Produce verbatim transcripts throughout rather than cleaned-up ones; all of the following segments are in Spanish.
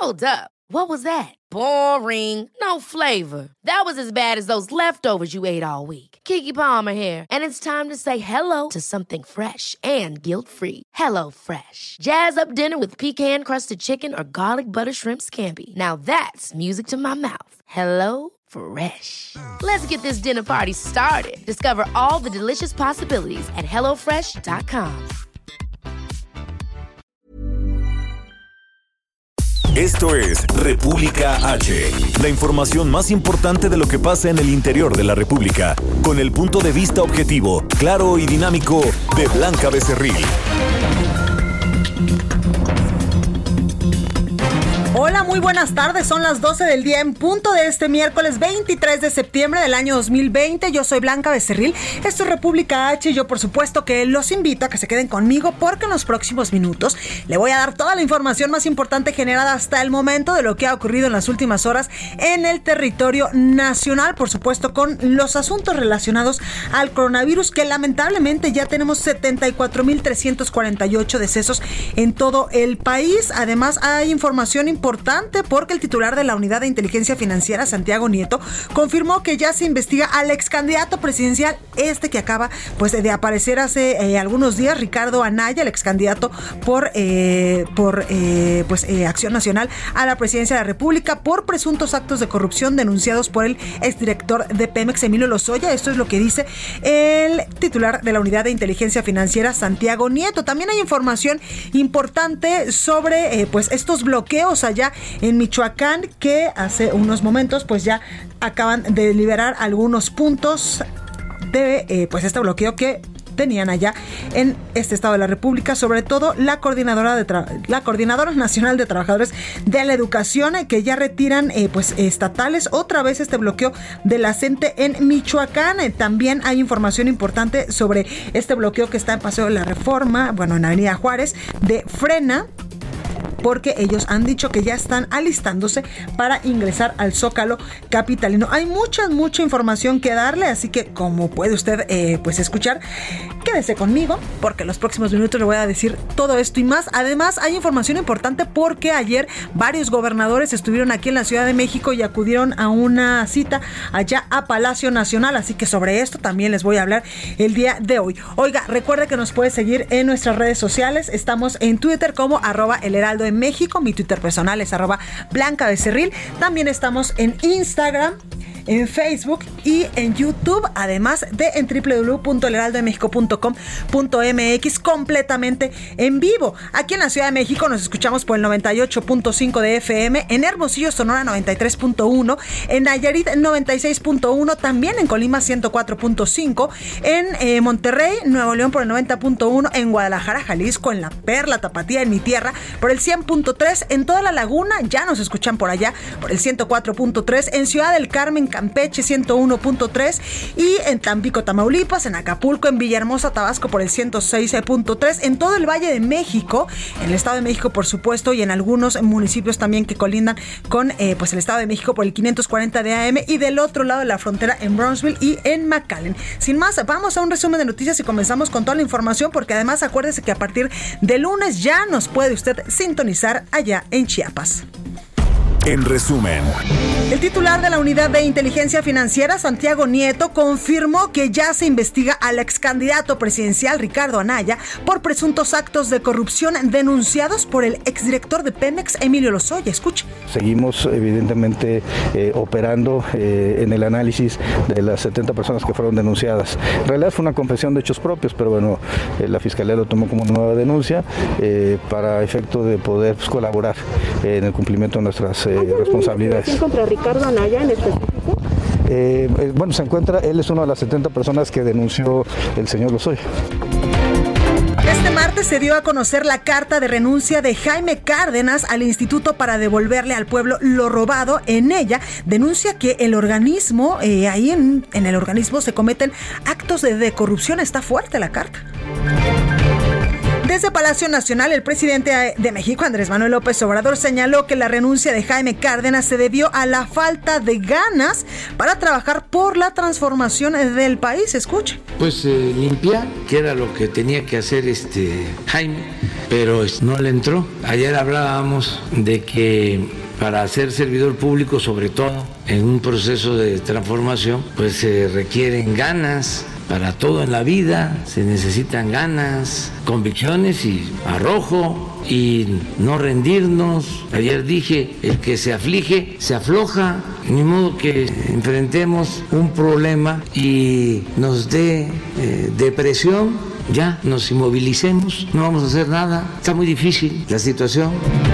Hold up. What was that? Boring. No flavor. That was as bad as those leftovers you ate all week. Keke Palmer here, and it's time to say hello to something fresh and guilt-free. Hello Fresh. Jazz up dinner with pecan-crusted chicken or garlic butter shrimp scampi. Now that's music to my mouth. Hello Fresh. Let's get this dinner party started. Discover all the delicious possibilities at hello fresh dot com. Esto es República H, la información más importante de lo que pasa en el interior de la República, con el punto de vista objetivo, claro y dinámico de Blanca Becerril. Hola, muy buenas tardes. Son las doce del día en punto de este miércoles veintitrés de septiembre del año dos mil veinte. Yo soy Blanca Becerril. Esto es República H y yo, por supuesto, que los invito a que se queden conmigo porque en los próximos minutos le voy a dar toda la información más importante generada hasta el momento de lo que ha ocurrido en las últimas horas en el territorio nacional, por supuesto, con los asuntos relacionados al coronavirus, que lamentablemente ya tenemos setenta y cuatro mil trescientos cuarenta y ocho decesos en todo el país. Además, hay información importante Importante porque el titular de la Unidad de Inteligencia Financiera, Santiago Nieto, confirmó que ya se investiga al ex candidato presidencial, este que acaba pues de aparecer hace eh, algunos días, Ricardo Anaya, el ex candidato por, eh, por eh, pues, eh, Acción Nacional a la presidencia de la República, por presuntos actos de corrupción denunciados por el exdirector de Pemex, Emilio Lozoya. Esto es lo que dice el titular de la Unidad de Inteligencia Financiera, Santiago Nieto. También hay información importante sobre eh, pues estos bloqueos allá en Michoacán, que hace unos momentos pues ya acaban de liberar algunos puntos de eh, pues este bloqueo que tenían allá en este estado de la República, sobre todo la coordinadora de tra- la coordinadora nacional de trabajadores de la educación, eh, que ya retiran eh, pues estatales otra vez este bloqueo de la CENTE en Michoacán. Eh, también hay información importante sobre este bloqueo que está en Paseo de la Reforma, bueno, en Avenida Juárez, de Frena, porque ellos han dicho que ya están alistándose para ingresar al Zócalo capitalino. Hay mucha, mucha información que darle, así que como puede usted eh, pues escuchar, quédese conmigo, porque en los próximos minutos le voy a decir todo esto y más. Además, hay información importante porque ayer varios gobernadores estuvieron aquí en la Ciudad de México y acudieron a una cita allá a Palacio Nacional, así que sobre esto también les voy a hablar el día de hoy. Oiga, recuerde que nos puede seguir en nuestras redes sociales. Estamos en Twitter como arroba el heraldo de México. Mi Twitter personal es arroba Blanca Becerril. También estamos en Instagram, en Facebook y en YouTube, además de en doble u doble u doble u punto el heraldo de méxico punto com punto m x, completamente en vivo. Aquí en la Ciudad de México nos escuchamos por el noventa y ocho punto cinco de F M, en Hermosillo, Sonora noventa y tres punto uno, en Nayarit noventa y seis punto uno, también en Colima ciento cuatro punto cinco, en eh, Monterrey, Nuevo León por el noventa punto uno, en Guadalajara, Jalisco, en La Perla, Tapatía, en mi tierra, por el cien punto tres, en toda la laguna ya nos escuchan por allá por el ciento cuatro punto tres, en Ciudad del Carmen, Campeche ciento uno punto tres, y en Tampico, Tamaulipas, en Acapulco, en Villahermosa, Tabasco por el ciento seis punto tres, en todo el Valle de México, en el Estado de México por supuesto, y en algunos municipios también que colindan con eh, pues el Estado de México por el quinientos cuarenta de A M, y del otro lado de la frontera en Brownsville y en McAllen. Sin más, vamos a un resumen de noticias y comenzamos con toda la información, porque además acuérdese que a partir de lunes ya nos puede usted sintonizar allá en Chiapas. En resumen, el titular de la Unidad de Inteligencia Financiera, Santiago Nieto, confirmó que ya se investiga al ex candidato presidencial Ricardo Anaya por presuntos actos de corrupción denunciados por el exdirector de Pemex, Emilio Lozoya. Escuche. Seguimos evidentemente eh, operando eh, en el análisis de las setenta personas que fueron denunciadas. En realidad fue una confesión de hechos propios, pero bueno, eh, la Fiscalía lo tomó como una nueva denuncia eh, para efecto de poder pues, colaborar eh, en el cumplimiento de nuestras eh, responsabilidades. ¿Quién contra Ricardo Anaya en específico? Eh, eh, bueno, se encuentra, él es una de las setenta personas que denunció el señor Lozoya. Este martes se dio a conocer la carta de renuncia de Jaime Cárdenas al instituto para devolverle al pueblo lo robado. En ella denuncia que el organismo, eh, ahí en, en el organismo se cometen actos de, de corrupción. Está fuerte la carta. Desde Palacio Nacional, el presidente de México, Andrés Manuel López Obrador, señaló que la renuncia de Jaime Cárdenas se debió a la falta de ganas para trabajar por la transformación del país. Escuche. Pues eh, limpiar, que era lo que tenía que hacer este Jaime, pero no le entró. Ayer hablábamos de que para ser servidor público, sobre todo en un proceso de transformación, pues se requieren ganas. Para todo en la vida se necesitan ganas, convicciones y arrojo y no rendirnos. Ayer dije, el que se aflige se afloja, ni modo que enfrentemos un problema y nos dé eh, depresión, ya nos inmovilicemos, no vamos a hacer nada. Está muy difícil la situación.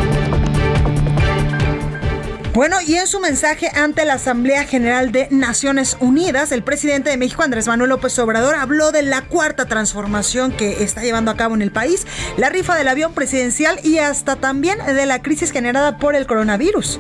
Bueno, y en su mensaje ante la Asamblea General de Naciones Unidas, el presidente de México, Andrés Manuel López Obrador, habló de la cuarta transformación que está llevando a cabo en el país, la rifa del avión presidencial y hasta también de la crisis generada por el coronavirus.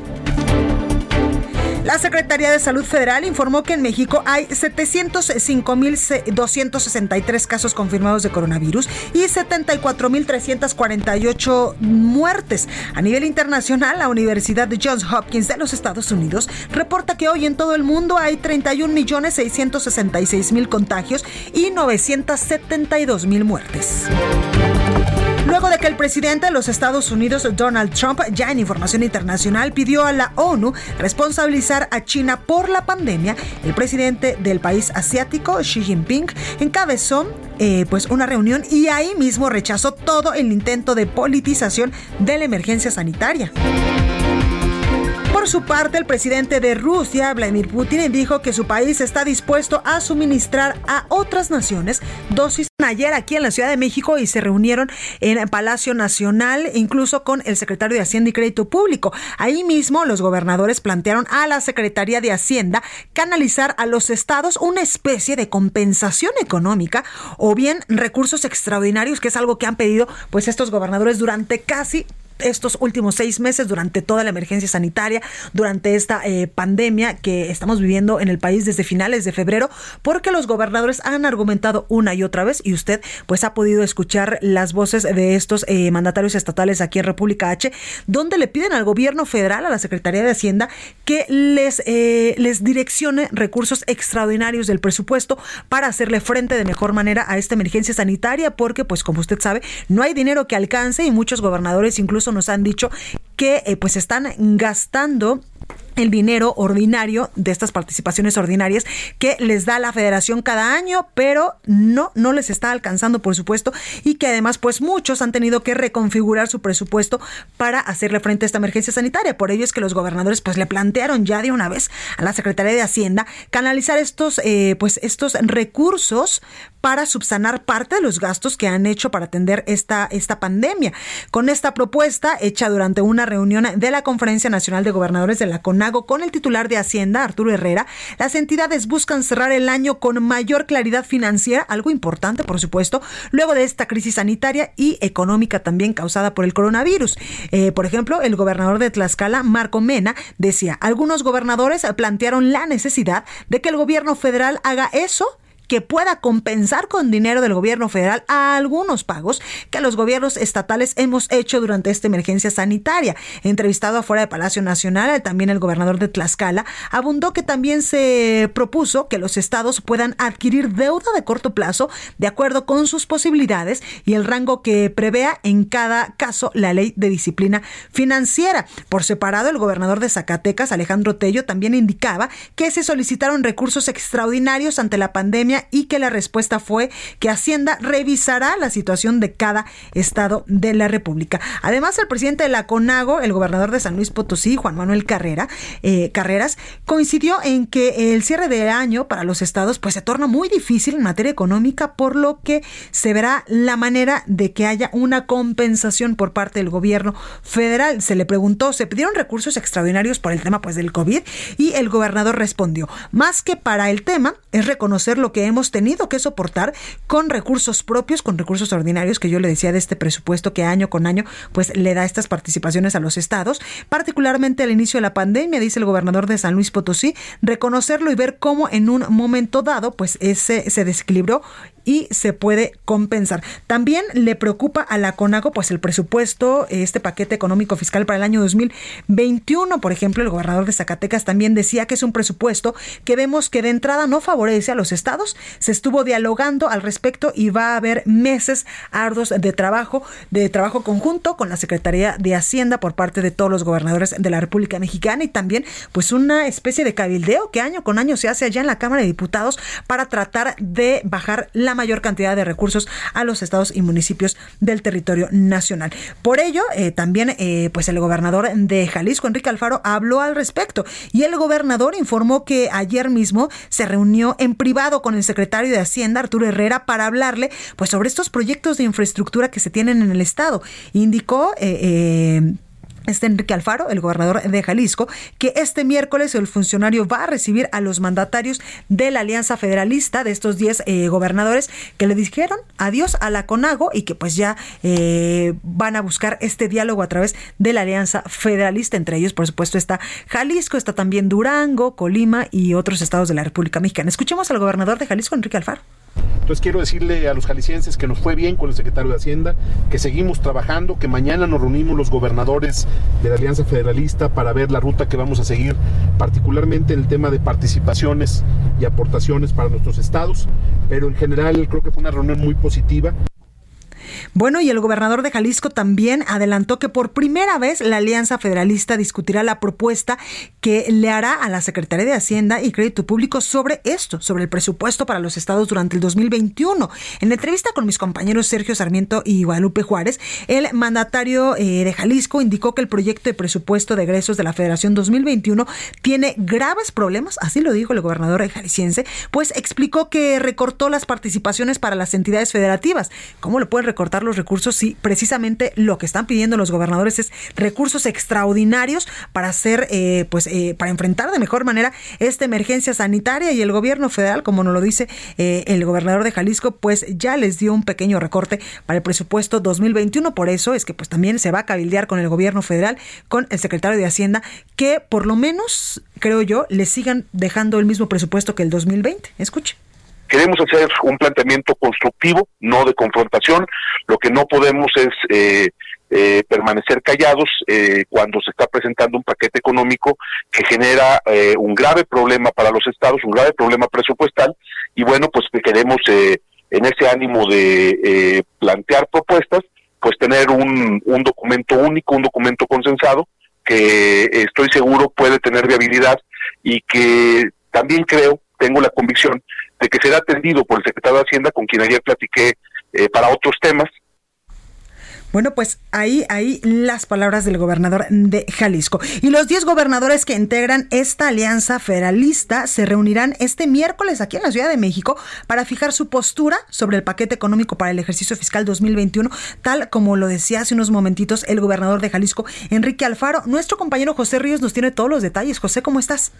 La Secretaría de Salud Federal informó que en México hay setecientos cinco mil doscientos sesenta y tres casos confirmados de coronavirus y setenta y cuatro mil trescientas cuarenta y ocho muertes. A nivel internacional, la Universidad de Johns Hopkins de los Estados Unidos reporta que hoy en todo el mundo hay treinta y un millones seiscientos sesenta y seis mil contagios y novecientos setenta y dos mil muertes. Luego de que el presidente de los Estados Unidos, Donald Trump, ya en información internacional, pidió a la ONU responsabilizar a China por la pandemia, el presidente del país asiático, Xi Jinping, encabezó eh, pues una reunión y ahí mismo rechazó todo el intento de politización de la emergencia sanitaria. Por su parte, el presidente de Rusia, Vladimir Putin, dijo que su país está dispuesto a suministrar a otras naciones dosis. Ayer aquí en la Ciudad de México y se reunieron en el Palacio Nacional, incluso con el secretario de Hacienda y Crédito Público. Ahí mismo los gobernadores plantearon a la Secretaría de Hacienda canalizar a los estados una especie de compensación económica o bien recursos extraordinarios, que es algo que han pedido pues estos gobernadores durante casi estos últimos seis meses, durante toda la emergencia sanitaria, durante esta eh, pandemia que estamos viviendo en el país desde finales de febrero, porque los gobernadores han argumentado una y otra vez, y usted pues ha podido escuchar las voces de estos eh, mandatarios estatales aquí en República H, donde le piden al gobierno federal, a la Secretaría de Hacienda, que les, eh, les direccione recursos extraordinarios del presupuesto para hacerle frente de mejor manera a esta emergencia sanitaria, porque pues como usted sabe, no hay dinero que alcance y muchos gobernadores incluso nos han dicho que eh, pues están gastando el dinero ordinario de estas participaciones ordinarias que les da la federación cada año, pero no, no les está alcanzando, por supuesto, y que además pues muchos han tenido que reconfigurar su presupuesto para hacerle frente a esta emergencia sanitaria. Por ello es que los gobernadores pues le plantearon ya de una vez a la Secretaría de Hacienda canalizar estos, eh, pues estos recursos para subsanar parte de los gastos que han hecho para atender esta, esta pandemia. Con esta propuesta, hecha durante una reunión de la Conferencia Nacional de Gobernadores de la CONAGO con el titular de Hacienda, Arturo Herrera, las entidades buscan cerrar el año con mayor claridad financiera, algo importante, por supuesto, luego de esta crisis sanitaria y económica también causada por el coronavirus. Eh, por ejemplo, el gobernador de Tlaxcala, Marco Mena, decía, algunos gobernadores plantearon la necesidad de que el gobierno federal haga eso, que pueda compensar con dinero del gobierno federal a algunos pagos que los gobiernos estatales hemos hecho durante esta emergencia sanitaria. Entrevistado afuera de Palacio Nacional, también el gobernador de Tlaxcala abundó que también se propuso que los estados puedan adquirir deuda de corto plazo de acuerdo con sus posibilidades y el rango que prevea en cada caso la ley de disciplina financiera. Por separado, el gobernador de Zacatecas, Alejandro Tello, también indicaba que se solicitaron recursos extraordinarios ante la pandemia y que la respuesta fue que Hacienda revisará la situación de cada estado de la República. Además, el presidente de la CONAGO, el gobernador de San Luis Potosí, Juan Manuel Carrera, eh, Carreras, coincidió en que el cierre del año para los estados pues se torna muy difícil en materia económica, por lo que se verá la manera de que haya una compensación por parte del gobierno federal. Se le preguntó, se pidieron recursos extraordinarios por el tema pues del COVID y el gobernador respondió, más que para el tema, es reconocer lo que hemos tenido que soportar con recursos propios, con recursos ordinarios, que yo le decía de este presupuesto que año con año pues le da estas participaciones a los estados, particularmente al inicio de la pandemia, dice el gobernador de San Luis Potosí, reconocerlo y ver cómo en un momento dado pues ese se desequilibró y se puede compensar. También le preocupa a la CONAGO pues el presupuesto, este paquete económico fiscal para el año dos mil veintiuno. Por ejemplo, el gobernador de Zacatecas también decía que es un presupuesto que vemos que de entrada no favorece a los estados. Se estuvo dialogando al respecto y va a haber meses arduos de trabajo, de trabajo conjunto con la Secretaría de Hacienda por parte de todos los gobernadores de la República Mexicana, y también pues una especie de cabildeo que año con año se hace allá en la Cámara de Diputados para tratar de bajar la mayor cantidad de recursos a los estados y municipios del territorio nacional. Por ello, eh, también eh, pues el gobernador de Jalisco, Enrique Alfaro, habló al respecto, y el gobernador informó que ayer mismo se reunió en privado con el secretario de Hacienda, Arturo Herrera, para hablarle pues sobre estos proyectos de infraestructura que se tienen en el estado. Indicó eh, eh, Este Enrique Alfaro, el gobernador de Jalisco, que este miércoles el funcionario va a recibir a los mandatarios de la Alianza Federalista, de estos diez eh, gobernadores que le dijeron adiós a la CONAGO y que pues ya eh, van a buscar este diálogo a través de la Alianza Federalista. Entre ellos, por supuesto, está Jalisco, está también Durango, Colima y otros estados de la República Mexicana. Escuchemos al gobernador de Jalisco, Enrique Alfaro. Entonces quiero decirle a los jaliscienses que nos fue bien con el secretario de Hacienda, que seguimos trabajando, que mañana nos reunimos los gobernadores de la Alianza Federalista para ver la ruta que vamos a seguir, particularmente en el tema de participaciones y aportaciones para nuestros estados, pero en general creo que fue una reunión muy positiva. Bueno, y el gobernador de Jalisco también adelantó que por primera vez la Alianza Federalista discutirá la propuesta que le hará a la Secretaría de Hacienda y Crédito Público sobre esto, sobre el presupuesto para los estados durante el dos mil veintiuno. En la entrevista con mis compañeros Sergio Sarmiento y Guadalupe Juárez, el mandatario eh, de Jalisco indicó que el proyecto de presupuesto de egresos de la Federación dos mil veintiuno tiene graves problemas, así lo dijo el gobernador jalisciense, pues explicó que recortó las participaciones para las entidades federativas. ¿Cómo lo pueden recortar los recursos si precisamente lo que están pidiendo los gobernadores es recursos extraordinarios para hacer, eh, pues, eh, para enfrentar de mejor manera esta emergencia sanitaria? Y el gobierno federal, como nos lo dice eh, el gobernador de Jalisco, pues ya les dio un pequeño recorte para el presupuesto dos mil veintiuno. Por eso es que pues también se va a cabildear con el gobierno federal, con el secretario de Hacienda, que por lo menos, creo yo, le sigan dejando el mismo presupuesto que el dos mil veinte. Escuche. Queremos hacer un planteamiento constructivo, no de confrontación. Lo que no podemos es eh, eh, permanecer callados eh, cuando se está presentando un paquete económico que genera eh, un grave problema para los estados, un grave problema presupuestal, y bueno, pues que queremos eh, en ese ánimo de eh, plantear propuestas, pues tener un, un documento único, un documento consensado, que estoy seguro puede tener viabilidad y que también creo, tengo la convicción de que será atendido por el secretario de Hacienda, con quien ayer platiqué eh, para otros temas. Bueno, pues ahí, ahí las palabras del gobernador de Jalisco. Y los diez gobernadores que integran esta alianza federalista se reunirán este miércoles aquí en la Ciudad de México para fijar su postura sobre el paquete económico para el ejercicio fiscal dos mil veintiuno, tal como lo decía hace unos momentitos el gobernador de Jalisco, Enrique Alfaro. Nuestro compañero José Ríos nos tiene todos los detalles. José, ¿cómo estás?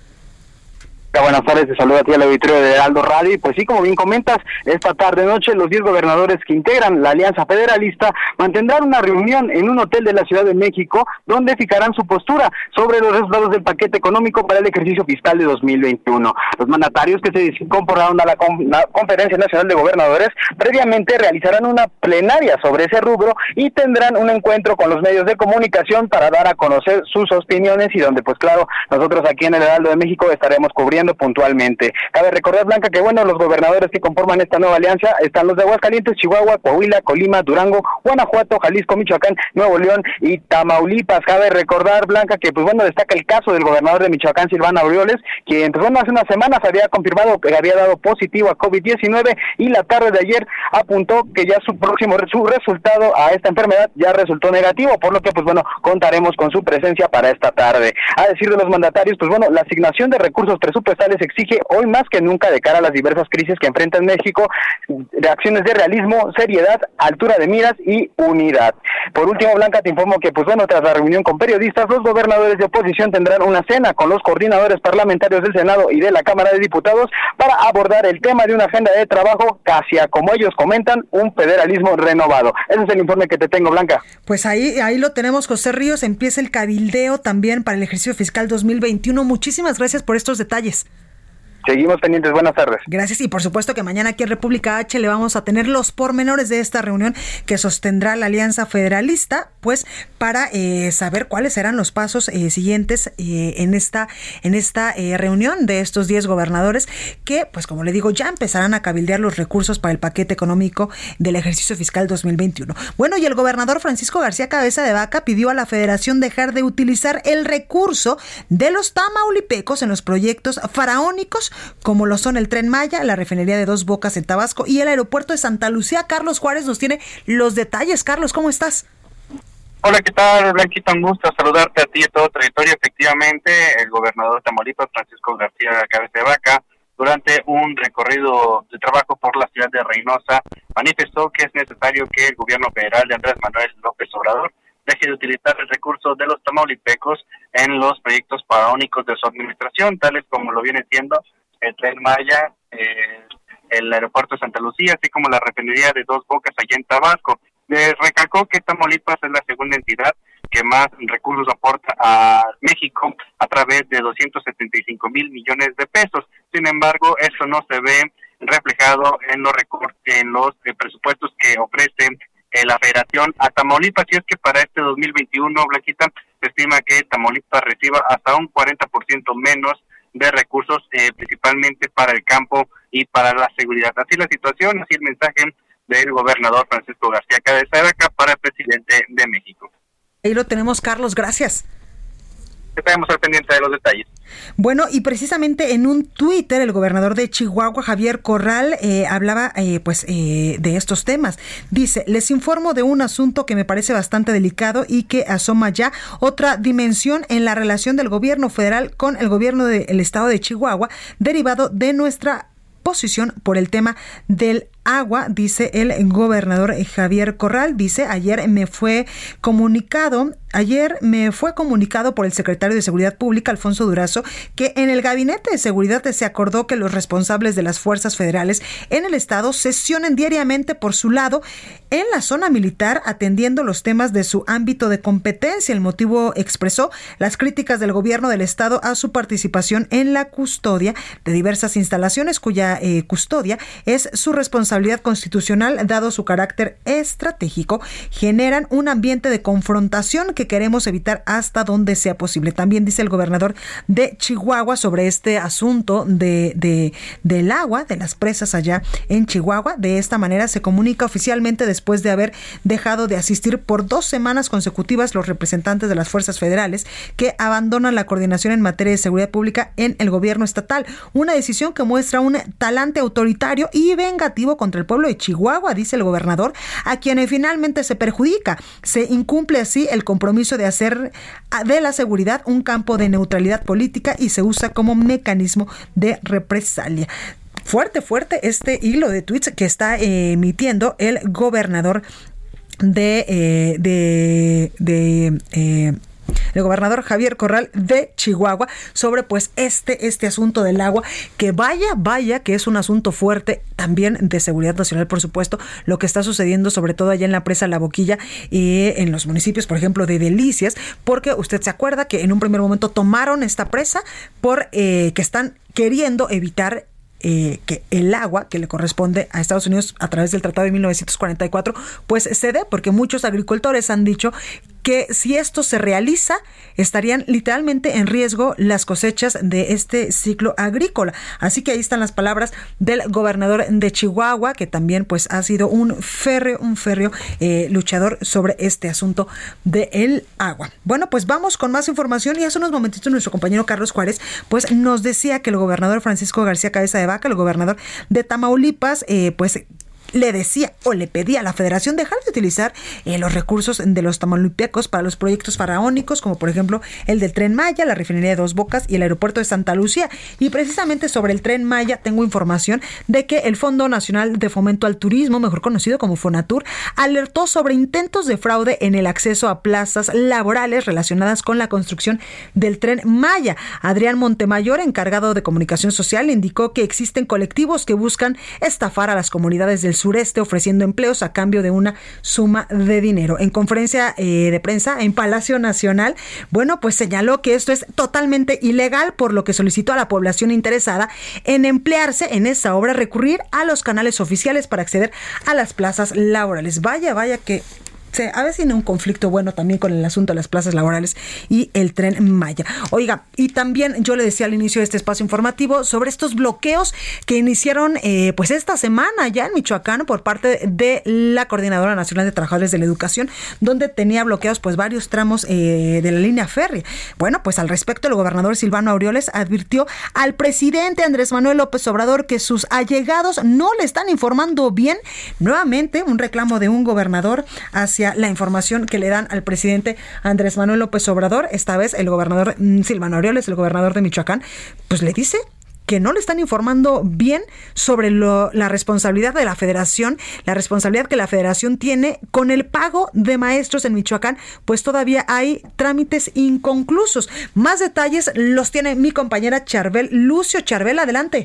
Buenas tardes, te saluda a ti al auditorio de Heraldo Radio. Y pues sí, como bien comentas, esta tarde noche los diez gobernadores que integran la Alianza Federalista mantendrán una reunión en un hotel de la Ciudad de México, donde fijarán su postura sobre los resultados del paquete económico para el ejercicio fiscal de dos mil veintiuno. Los mandatarios que se incorporaron a la, la Conferencia Nacional de Gobernadores previamente realizarán una plenaria sobre ese rubro y tendrán un encuentro con los medios de comunicación para dar a conocer sus opiniones, y donde pues claro, nosotros aquí en el Heraldo de México estaremos cubriendo puntualmente. Cabe recordar, Blanca, que bueno, los gobernadores que conforman esta nueva alianza están los de Aguascalientes, Chihuahua, Coahuila, Colima, Durango, Guanajuato, Jalisco, Michoacán, Nuevo León y Tamaulipas. Cabe recordar, Blanca, que pues bueno, destaca el caso del gobernador de Michoacán, Silvano Aureoles, quien pues bueno, hace unas semanas había confirmado que había dado positivo a COVID diecinueve, y la tarde de ayer apuntó que ya su próximo su resultado a esta enfermedad ya resultó negativo, por lo que pues bueno, contaremos con su presencia para esta tarde. A decir de los mandatarios, pues bueno, la asignación de recursos presupuestales exige hoy más que nunca, de cara a las diversas crisis que enfrenta en México, de acciones de realismo, seriedad, altura de miras y unidad. Por último, Blanca, te informo que pues bueno, tras la reunión con periodistas, los gobernadores de oposición tendrán una cena con los coordinadores parlamentarios del Senado y de la Cámara de Diputados para abordar el tema de una agenda de trabajo casi a, como ellos comentan, un federalismo renovado. Ese es el informe que te tengo, Blanca. Pues ahí, ahí lo tenemos, José Ríos. Empieza el cabildeo también para el ejercicio fiscal dos mil veintiuno. Muchísimas gracias por estos detalles. Seguimos pendientes, buenas tardes. Gracias, y por supuesto que mañana aquí en República H le vamos a tener los pormenores de esta reunión que sostendrá la Alianza Federalista, pues para eh, saber cuáles serán los pasos eh, siguientes eh, en esta, en esta eh, reunión de estos diez gobernadores que, pues como le digo, ya empezarán a cabildear los recursos para el paquete económico del ejercicio fiscal dos mil veintiuno. Bueno, y el gobernador Francisco García Cabeza de Vaca pidió a la Federación dejar de utilizar el recurso de los tamaulipecos en los proyectos faraónicos como lo son el Tren Maya, la refinería de Dos Bocas en Tabasco y el aeropuerto de Santa Lucía. Carlos Juárez nos tiene los detalles. Carlos, ¿cómo estás? Hola, ¿qué tal, Blanquita? Un gusto saludarte a ti y a todo el territorio. Efectivamente, el gobernador de Tamaulipas, Francisco García Cabeza de Vaca, durante un recorrido de trabajo por la ciudad de Reynosa, manifestó que es necesario que el gobierno federal de Andrés Manuel López Obrador deje de utilizar el recurso de los tamaulipecos en los proyectos faraónicos de su administración, tales como lo viene siendo el Tren Maya, eh, el aeropuerto de Santa Lucía, así como la refinería de Dos Bocas allá en Tabasco. Eh, recalcó que Tamaulipas es la segunda entidad que más recursos aporta a México a través de doscientos setenta y cinco mil millones de pesos. Sin embargo, eso no se ve reflejado en los recortes, en los eh, presupuestos que ofrece eh, la Federación a Tamaulipas. Y es que para este dos mil veintiuno, Blanquita, se estima que Tamaulipas reciba hasta un cuarenta por ciento menos de recursos, eh, principalmente para el campo y para la seguridad. Así la situación, así el mensaje del gobernador Francisco García Cabeza de Vaca para el presidente de México. Ahí lo tenemos, Carlos, gracias. Estaremos al pendiente de los detalles. Bueno, y precisamente en un Twitter el gobernador de Chihuahua, Javier Corral, eh, hablaba eh, pues eh, de estos temas. Dice: les informo de un asunto que me parece bastante delicado y que asoma ya otra dimensión en la relación del gobierno federal con el gobierno del estado de Chihuahua, derivado de nuestra posición por el tema del agua, dice el gobernador Javier Corral. Dice: ayer me fue comunicado, ayer me fue comunicado por el secretario de Seguridad Pública, Alfonso Durazo, que en el Gabinete de Seguridad se acordó que los responsables de las fuerzas federales en el estado sesionen diariamente por su lado en la zona militar, atendiendo los temas de su ámbito de competencia. El motivo expresó las críticas del gobierno del estado a su participación en la custodia de diversas instalaciones cuya eh, custodia es su responsabilidad constitucional, dado su carácter estratégico. Generan un ambiente de confrontación que queremos evitar hasta donde sea posible. También dice el gobernador de Chihuahua sobre este asunto de, de del agua, de las presas allá en Chihuahua. De esta manera se comunica oficialmente después de haber dejado de asistir por dos semanas consecutivas los representantes de las fuerzas federales que abandonan la coordinación en materia de seguridad pública en el gobierno estatal. Una decisión que muestra un talante autoritario y vengativo contra el pueblo de Chihuahua, dice el gobernador, a quienes finalmente se perjudica. Se incumple así el compromiso de hacer de la seguridad un campo de neutralidad política y se usa como mecanismo de represalia. Fuerte, fuerte este hilo de tweets que está eh, emitiendo el gobernador de eh, de, de eh, el gobernador Javier Corral de Chihuahua sobre pues este, este asunto del agua, que vaya, vaya, que es un asunto fuerte también de seguridad nacional, por supuesto, lo que está sucediendo sobre todo allá en la presa La Boquilla y en los municipios, por ejemplo, de Delicias, porque usted se acuerda que en un primer momento tomaron esta presa por eh, que están queriendo evitar Eh, que el agua que le corresponde a Estados Unidos a través del Tratado de mil novecientos cuarenta y cuatro pues se dé, porque muchos agricultores han dicho que si esto se realiza estarían literalmente en riesgo las cosechas de este ciclo agrícola. Así que ahí están las palabras del gobernador de Chihuahua, que también pues ha sido un férreo, un férreo eh, luchador sobre este asunto del agua. Bueno, pues vamos con más información, y hace unos momentitos nuestro compañero Carlos Juárez pues nos decía que el gobernador Francisco García Cabeza de Vaca, el gobernador de Tamaulipas, eh, pues le decía o le pedía a la Federación dejar de utilizar eh, los recursos de los tamaulipecos para los proyectos faraónicos, como por ejemplo el del Tren Maya, la refinería de Dos Bocas y el aeropuerto de Santa Lucía. Y precisamente sobre el Tren Maya tengo información de que el Fondo Nacional de Fomento al Turismo, mejor conocido como Fonatur, alertó sobre intentos de fraude en el acceso a plazas laborales relacionadas con la construcción del Tren Maya. Adrián Montemayor, encargado de comunicación social, indicó que existen colectivos que buscan estafar a las comunidades del sureste ofreciendo empleos a cambio de una suma de dinero. En conferencia eh, de prensa en Palacio Nacional, bueno, pues señaló que esto es totalmente ilegal, por lo que solicitó a la población interesada en emplearse en esta obra recurrir a los canales oficiales para acceder a las plazas laborales. Vaya, vaya que se avecina un conflicto bueno también con el asunto de las plazas laborales y el Tren Maya. Oiga, y también yo le decía al inicio de este espacio informativo sobre estos bloqueos que iniciaron eh, pues esta semana ya en Michoacán por parte de la Coordinadora Nacional de Trabajadores de la Educación, donde tenía bloqueados pues varios tramos eh, de la línea férrea. Bueno, pues al respecto el gobernador Silvano Aureoles advirtió al presidente Andrés Manuel López Obrador que sus allegados no le están informando bien. Nuevamente un reclamo de un gobernador hacia la información que le dan al presidente Andrés Manuel López Obrador. Esta vez el gobernador Silvano Aureoles, el gobernador de Michoacán, pues le dice que no le están informando bien sobre lo, la responsabilidad de la federación, la responsabilidad que la federación tiene con el pago de maestros en Michoacán, pues todavía hay trámites inconclusos. Más detalles los tiene mi compañera Charbel Lucio. Charbel, adelante.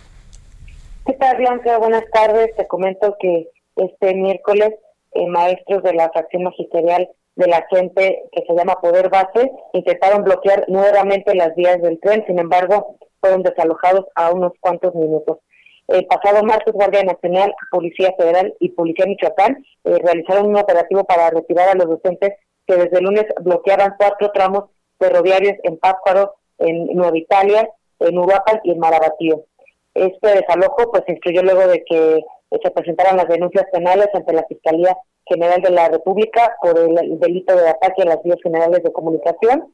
¿Qué tal, Blanca? Buenas tardes. Te comento que este miércoles Eh, maestros de la fracción magisterial de la gente que se llama Poder Base intentaron bloquear nuevamente las vías del tren, sin embargo fueron desalojados a unos cuantos minutos. El pasado martes, Guardia Nacional, Policía Federal y Policía Michoacán eh, realizaron un operativo para retirar a los docentes que desde el lunes bloqueaban cuatro tramos ferroviarios en Pátzcuaro, en Nueva Italia, en Uruapan y en Marabatío. Este desalojo pues se instruyó luego de que se presentaron las denuncias penales ante la Fiscalía General de la República por el delito de ataque a las vías generales de comunicación.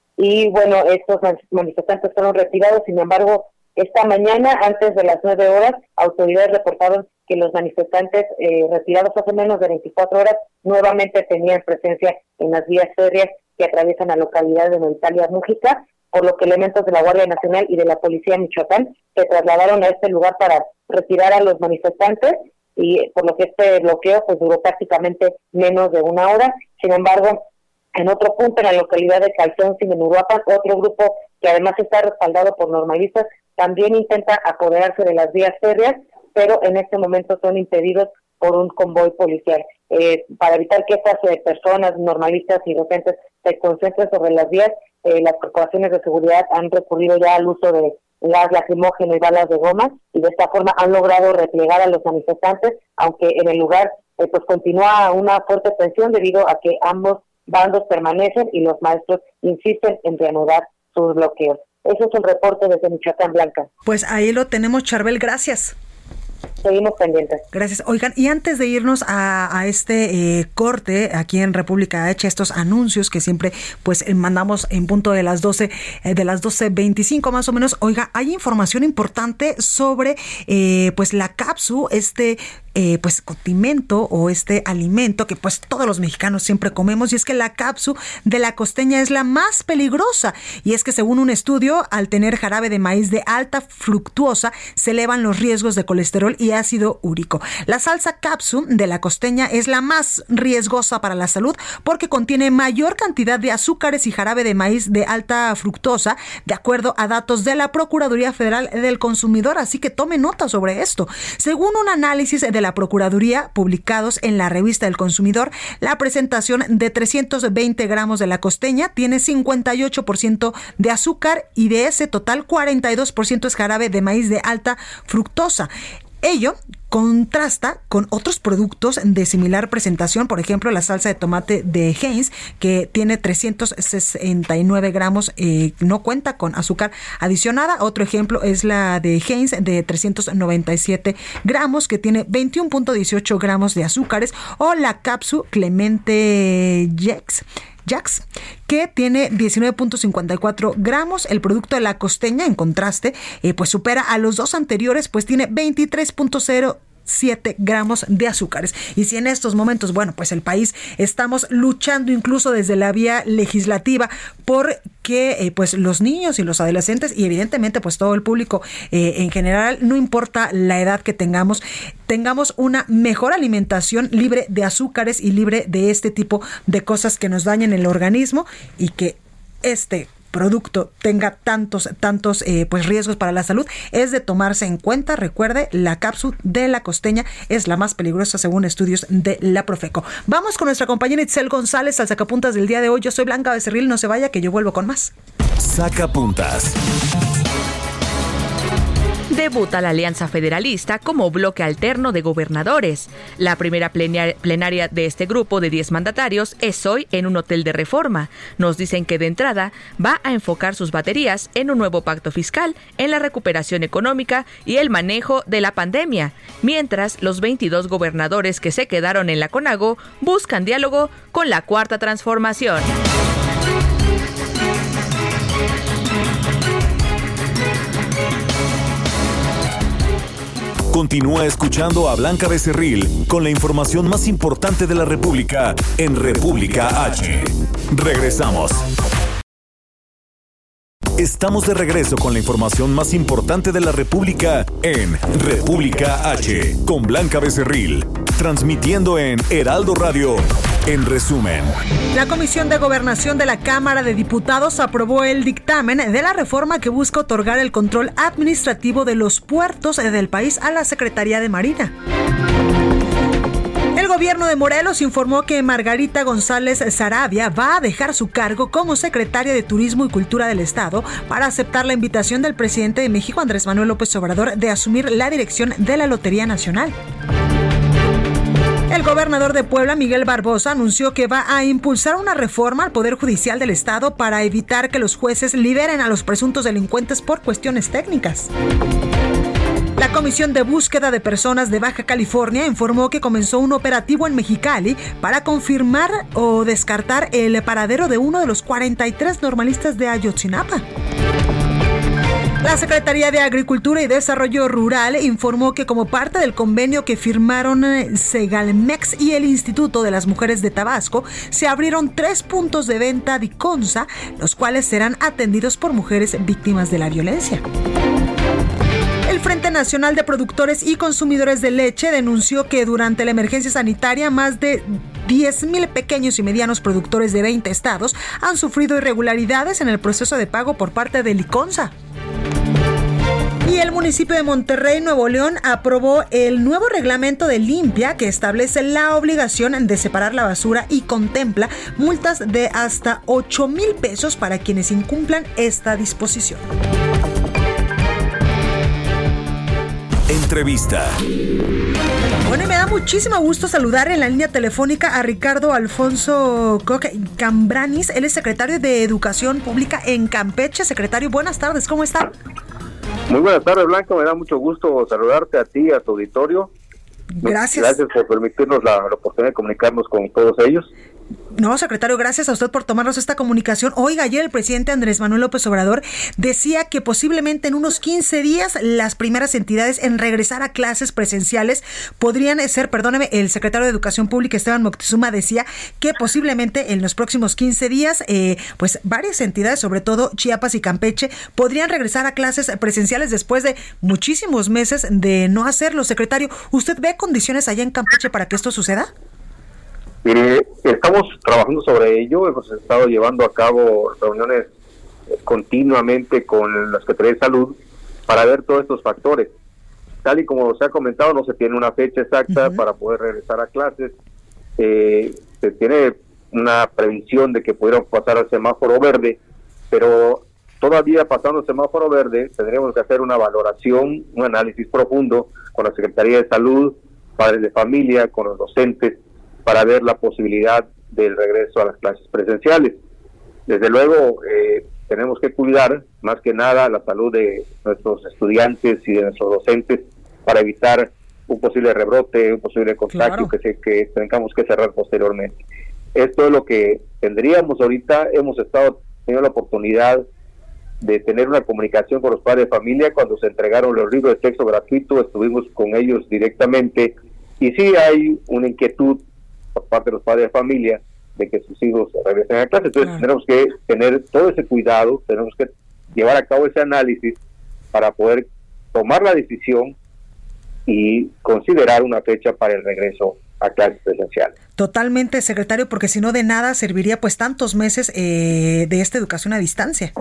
Y bueno, estos manifestantes fueron retirados. Sin embargo, esta mañana, antes de las nueve horas, autoridades reportaron que los manifestantes eh, retirados hace menos de veinticuatro horas nuevamente tenían presencia en las vías férreas que atraviesan la localidad de Nueva Italia, Mújica, por lo que elementos de la Guardia Nacional y de la Policía Michoacán se trasladaron a este lugar para retirar a los manifestantes, y por lo que este bloqueo pues duró prácticamente menos de una hora. Sin embargo, en otro punto, en la localidad de Calzón, en Uruapan, otro grupo que además está respaldado por normalistas también intenta apoderarse de las vías férreas, pero en este momento son impedidos por un convoy policial. Eh, para evitar que estas eh, personas, normalistas y docentes, se concentren sobre las vías, eh, las corporaciones de seguridad han recurrido ya al uso de gas lacrimógeno y balas de goma, y de esta forma han logrado replegar a los manifestantes, aunque en el lugar eh, pues continúa una fuerte tensión debido a que ambos bandos permanecen y los maestros insisten en reanudar sus bloqueos. Ese es un reporte desde Michoacán, Blanca. Pues ahí lo tenemos, Charbel, gracias. Seguimos pendientes. Gracias. Oigan, y antes de irnos a, a este eh, corte aquí en República H, estos anuncios que siempre pues mandamos en punto de las doce, eh, de las doce veinticinco más o menos. Oiga, hay información importante sobre eh, pues la Capsu, este Eh, pues condimento o este alimento que pues todos los mexicanos siempre comemos, y es que la Capsu de la costeña es la más peligrosa, y es que según un estudio, al tener jarabe de maíz de alta fructuosa se elevan los riesgos de colesterol y ácido úrico. La salsa Capsu de la costeña es la más riesgosa para la salud porque contiene mayor cantidad de azúcares y jarabe de maíz de alta fructosa, de acuerdo a datos de la Procuraduría Federal del Consumidor, así que tome nota sobre esto. Según un análisis de la Procuraduría publicados en la Revista del Consumidor, la presentación de trescientos veinte gramos de la costeña tiene cincuenta y ocho por ciento de azúcar, y de ese total cuarenta y dos por ciento es jarabe de maíz de alta fructosa. Ello contrasta con otros productos de similar presentación, por ejemplo, la salsa de tomate de Heinz, que tiene trescientos sesenta y nueve gramos, eh, no cuenta con azúcar adicionada. Otro ejemplo es la de Heinz de trescientos noventa y siete gramos, que tiene veintiuno punto dieciocho gramos de azúcares, o la Capsu Clemente Jax, Jax, que tiene diecinueve punto cincuenta y cuatro gramos. El producto de la costeña, en contraste, eh, pues supera a los dos anteriores, pues tiene veintitrés punto cero siete gramos de azúcares. Y si en estos momentos, bueno, pues el país estamos luchando incluso desde la vía legislativa por que eh, pues los niños y los adolescentes, y evidentemente pues todo el público eh, en general, no importa la edad que tengamos, tengamos una mejor alimentación libre de azúcares y libre de este tipo de cosas que nos dañen el organismo, y que este producto tenga tantos, tantos eh, pues riesgos para la salud, es de tomarse en cuenta. Recuerde, la cápsula de la costeña es la más peligrosa según estudios de la Profeco. Vamos con nuestra compañera Itzel González al sacapuntas del día de hoy. Yo soy Blanca Becerril, no se vaya que yo vuelvo con más. Sacapuntas. Debuta la Alianza Federalista como bloque alterno de gobernadores. La primera plenaria de este grupo de diez mandatarios es hoy en un hotel de Reforma. Nos dicen que de entrada va a enfocar sus baterías en un nuevo pacto fiscal, en la recuperación económica y el manejo de la pandemia, mientras los veintidós gobernadores que se quedaron en la CONAGO buscan diálogo con la Cuarta Transformación. Continúa escuchando a Blanca Becerril con la información más importante de la República en República H. Regresamos. Estamos de regreso con la información más importante de la República en República H con Blanca Becerril, transmitiendo en Heraldo Radio. En resumen, la Comisión de Gobernación de la Cámara de Diputados aprobó el dictamen de la reforma que busca otorgar el control administrativo de los puertos del país a la Secretaría de Marina. El gobierno de Morelos informó que Margarita González Sarabia va a dejar su cargo como secretaria de Turismo y Cultura del Estado para aceptar la invitación del presidente de México, Andrés Manuel López Obrador, de asumir la dirección de la Lotería Nacional. El gobernador de Puebla, Miguel Barbosa, anunció que va a impulsar una reforma al Poder Judicial del Estado para evitar que los jueces liberen a los presuntos delincuentes por cuestiones técnicas. La Comisión de Búsqueda de Personas de Baja California informó que comenzó un operativo en Mexicali para confirmar o descartar el paradero de uno de los cuarenta y tres normalistas de Ayotzinapa. La Secretaría de Agricultura y Desarrollo Rural informó que como parte del convenio que firmaron Segalmex y el Instituto de las Mujeres de Tabasco, se abrieron tres puntos de venta Diconsa, los cuales serán atendidos por mujeres víctimas de la violencia. El Frente Nacional de Productores y Consumidores de Leche denunció que durante la emergencia sanitaria más de diez mil pequeños y medianos productores de veinte estados han sufrido irregularidades en el proceso de pago por parte de Liconsa. Y el municipio de Monterrey, Nuevo León, aprobó el nuevo reglamento de limpia que establece la obligación de separar la basura y contempla multas de hasta ocho mil pesos para quienes incumplan esta disposición. Entrevista. Bueno, y me da muchísimo gusto saludar en la línea telefónica a Ricardo Alfonso Coque Cambranis. Él es secretario de Educación Pública en Campeche. Secretario, buenas tardes, ¿cómo está? Muy buenas tardes, Blanca, me da mucho gusto saludarte a ti y a tu auditorio. Gracias. Gracias por permitirnos la, la oportunidad de comunicarnos con todos ellos. No, secretario, gracias a usted por tomarnos esta comunicación. Oiga, ayer el presidente Andrés Manuel López Obrador decía que posiblemente en unos quince días las primeras entidades en regresar a clases presenciales podrían ser, perdóneme, el secretario de Educación Pública, Esteban Moctezuma, decía que posiblemente en los próximos quince días, eh, pues varias entidades, sobre todo Chiapas y Campeche, podrían regresar a clases presenciales después de muchísimos meses de no hacerlo. Secretario, ¿usted ve condiciones allá en Campeche para que esto suceda? Mire, estamos trabajando sobre ello, hemos estado llevando a cabo reuniones continuamente con la Secretaría de Salud para ver todos estos factores. Tal y como se ha comentado, no se tiene una fecha exacta uh-huh. para poder regresar a clases. Eh, se tiene una previsión de que pudieran pasar al semáforo verde, pero todavía pasando el semáforo verde tendremos que hacer una valoración, un análisis profundo con la Secretaría de Salud, padres de familia, con los docentes, para ver la posibilidad del regreso a las clases presenciales. Desde luego, eh, tenemos que cuidar más que nada la salud de nuestros estudiantes y de nuestros docentes para evitar un posible rebrote, un posible contagio claro. que, se, que tengamos que cerrar posteriormente. Esto es lo que tendríamos ahorita. Hemos estado teniendo la oportunidad de tener una comunicación con los padres de familia cuando se entregaron los libros de texto gratuitos, estuvimos con ellos directamente y sí hay una inquietud por parte de los padres de familia de que sus hijos regresen a clase. Entonces claro. tenemos que tener todo ese cuidado, tenemos que llevar a cabo ese análisis para poder tomar la decisión y considerar una fecha para el regreso a clases presenciales. Totalmente, secretario, porque si no de nada serviría pues tantos meses eh, de esta educación a distancia.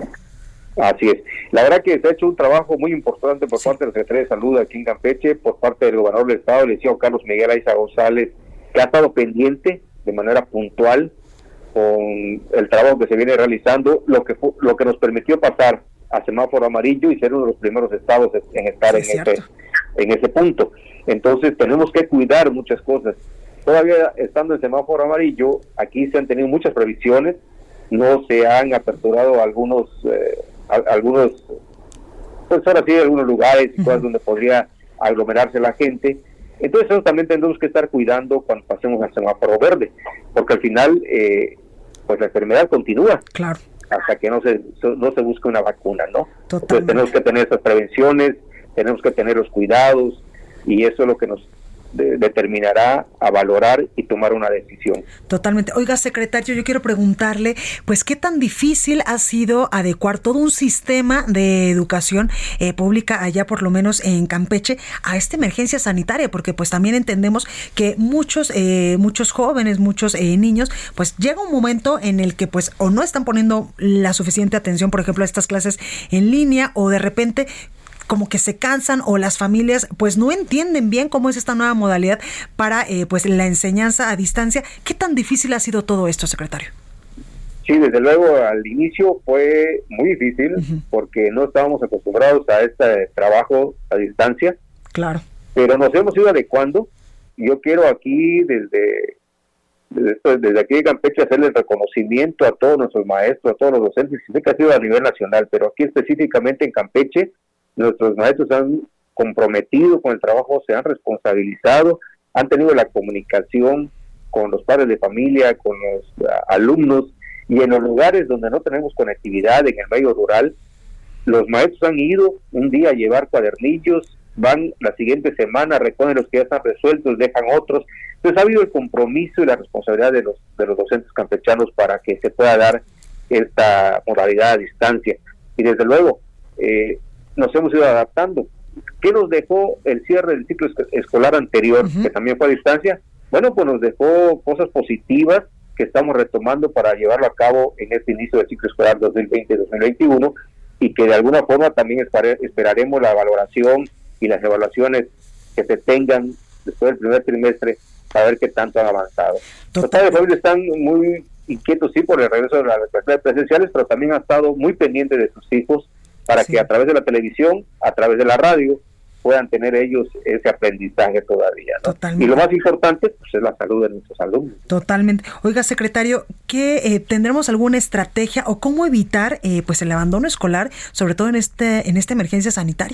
Así es. La verdad que se ha hecho un trabajo muy importante por sí. parte del secretario de Salud aquí en Campeche, por parte del gobernador del estado, el licenciado Carlos Miguel Aiza González, que ha estado pendiente de manera puntual con el trabajo que se viene realizando, lo que fue, lo que nos permitió pasar a semáforo amarillo y ser uno de los primeros estados en estar sí, en ese en ese punto. Entonces tenemos que cuidar muchas cosas. Todavía estando en semáforo amarillo, aquí se han tenido muchas previsiones, no se han aperturado algunos eh, a, algunos pues ahora sí algunos lugares y cosas donde podría aglomerarse la gente. Entonces eso también tendremos que estar cuidando cuando pasemos al semáforo verde, porque al final eh, pues la enfermedad continúa. Claro. Hasta que no se no se busque una vacuna, ¿no? Totalmente. Entonces tenemos que tener esas prevenciones, tenemos que tener los cuidados, y eso es lo que nos de, determinará a valorar y tomar una decisión. Totalmente. Oiga, secretario, yo quiero preguntarle, pues, ¿qué tan difícil ha sido adecuar todo un sistema de educación eh, pública allá, por lo menos en Campeche, a esta emergencia sanitaria? Porque, pues, también entendemos que muchos eh, muchos jóvenes, muchos eh, niños, pues, llega un momento en el que, pues, o no están poniendo la suficiente atención, por ejemplo, a estas clases en línea, o de repente como que se cansan, o las familias pues no entienden bien cómo es esta nueva modalidad para eh, pues la enseñanza a distancia. ¿Qué tan difícil ha sido todo esto, secretario? Sí, desde luego al inicio fue muy difícil uh-huh. porque no estábamos acostumbrados a este trabajo a distancia. Claro. Pero nos hemos ido adecuando. Yo quiero aquí desde desde, desde aquí de Campeche hacerle el reconocimiento a todos nuestros maestros, a todos los docentes, sé que ha sido a nivel nacional, pero aquí específicamente en Campeche nuestros maestros se han comprometido con el trabajo, se han responsabilizado, han tenido la comunicación con los padres de familia, con los uh, alumnos, y en los lugares donde no tenemos conectividad, en el medio rural, los maestros han ido un día a llevar cuadernillos, van la siguiente semana, recogen los que ya están resueltos, dejan otros. Entonces ha habido el compromiso y la responsabilidad de los, de los docentes campechanos para que se pueda dar esta modalidad a distancia. Y desde luego, eh, nos hemos ido adaptando. ¿Qué nos dejó el cierre del ciclo escolar anterior, uh-huh. que también fue a distancia? Bueno, pues nos dejó cosas positivas que estamos retomando para llevarlo a cabo en este inicio del ciclo escolar dos mil veinte dos mil veintiuno, y que de alguna forma también espare, esperaremos la valoración y las evaluaciones que se tengan después del primer trimestre para ver qué tanto han avanzado. Los padres de familia están muy inquietos, sí, por el regreso de las clases presenciales, pero también han estado muy pendientes de sus hijos, para sí. que a través de la televisión, a través de la radio, puedan tener ellos ese aprendizaje todavía, ¿no? Totalmente. Y lo más importante, pues, es la salud de nuestros alumnos. Totalmente. Oiga, secretario, ¿qué eh, tendremos alguna estrategia o cómo evitar eh, pues el abandono escolar, sobre todo en este en esta emergencia sanitaria?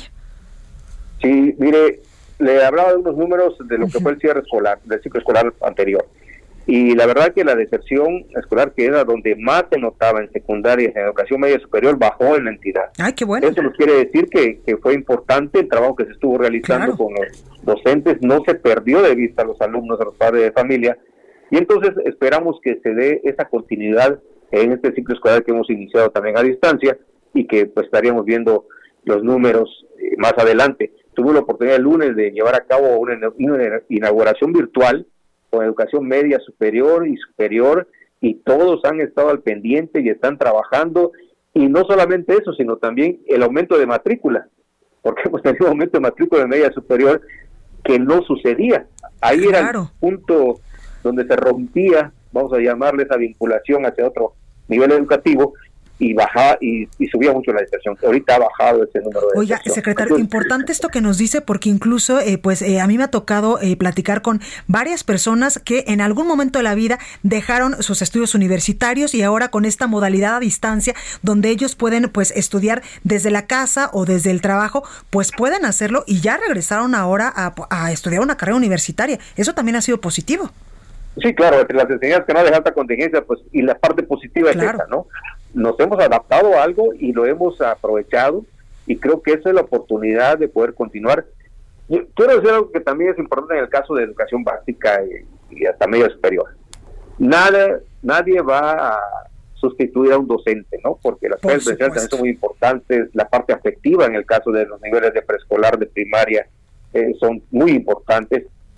Sí, mire, le hablaba de unos números de lo uh-huh. que fue el cierre escolar, del ciclo escolar anterior. Y la verdad que la deserción escolar, que era donde más se notaba en secundaria, en educación media superior, bajó en la entidad. ¡Ay, qué bueno! Eso nos quiere decir que, que fue importante el trabajo que se estuvo realizando claro. con los docentes, no se perdió de vista a los alumnos, a los padres de familia, y entonces esperamos que se dé esa continuidad en este ciclo escolar que hemos iniciado también a distancia, y que pues estaríamos viendo los números eh, más adelante. Tuve la oportunidad el lunes de llevar a cabo una, una inauguración virtual con educación media superior y superior, y todos han estado al pendiente y están trabajando, y no solamente eso, sino también el aumento de matrícula, porque hemos tenido un aumento de matrícula de media superior que no sucedía. Ahí claro. era el punto donde se rompía, vamos a llamarle, esa vinculación hacia otro nivel educativo, y bajaba y, y subía mucho la deserción. Ahorita ha bajado ese número de Oiga, deserción. Secretario, Entonces, importante esto que nos dice, porque incluso eh, pues eh, a mí me ha tocado eh, platicar con varias personas que en algún momento de la vida dejaron sus estudios universitarios, y ahora con esta modalidad a distancia, donde ellos pueden pues estudiar desde la casa o desde el trabajo, pues pueden hacerlo, y ya regresaron ahora a, a estudiar una carrera universitaria. Eso también ha sido positivo. Sí, claro, entre las enseñanzas que no de alta contingencia, pues, y la parte positiva claro. es esa, ¿no? Nos hemos adaptado a algo y lo hemos aprovechado, y creo que esa es la oportunidad de poder continuar. Yo quiero decir algo que también es importante en el caso de educación básica y, y hasta media superior. Nada, nadie va a sustituir a un docente, ¿no? Porque las clases presenciales también son muy importantes, la parte afectiva en el caso de los niveles de preescolar, de primaria, eh, son muy importantes.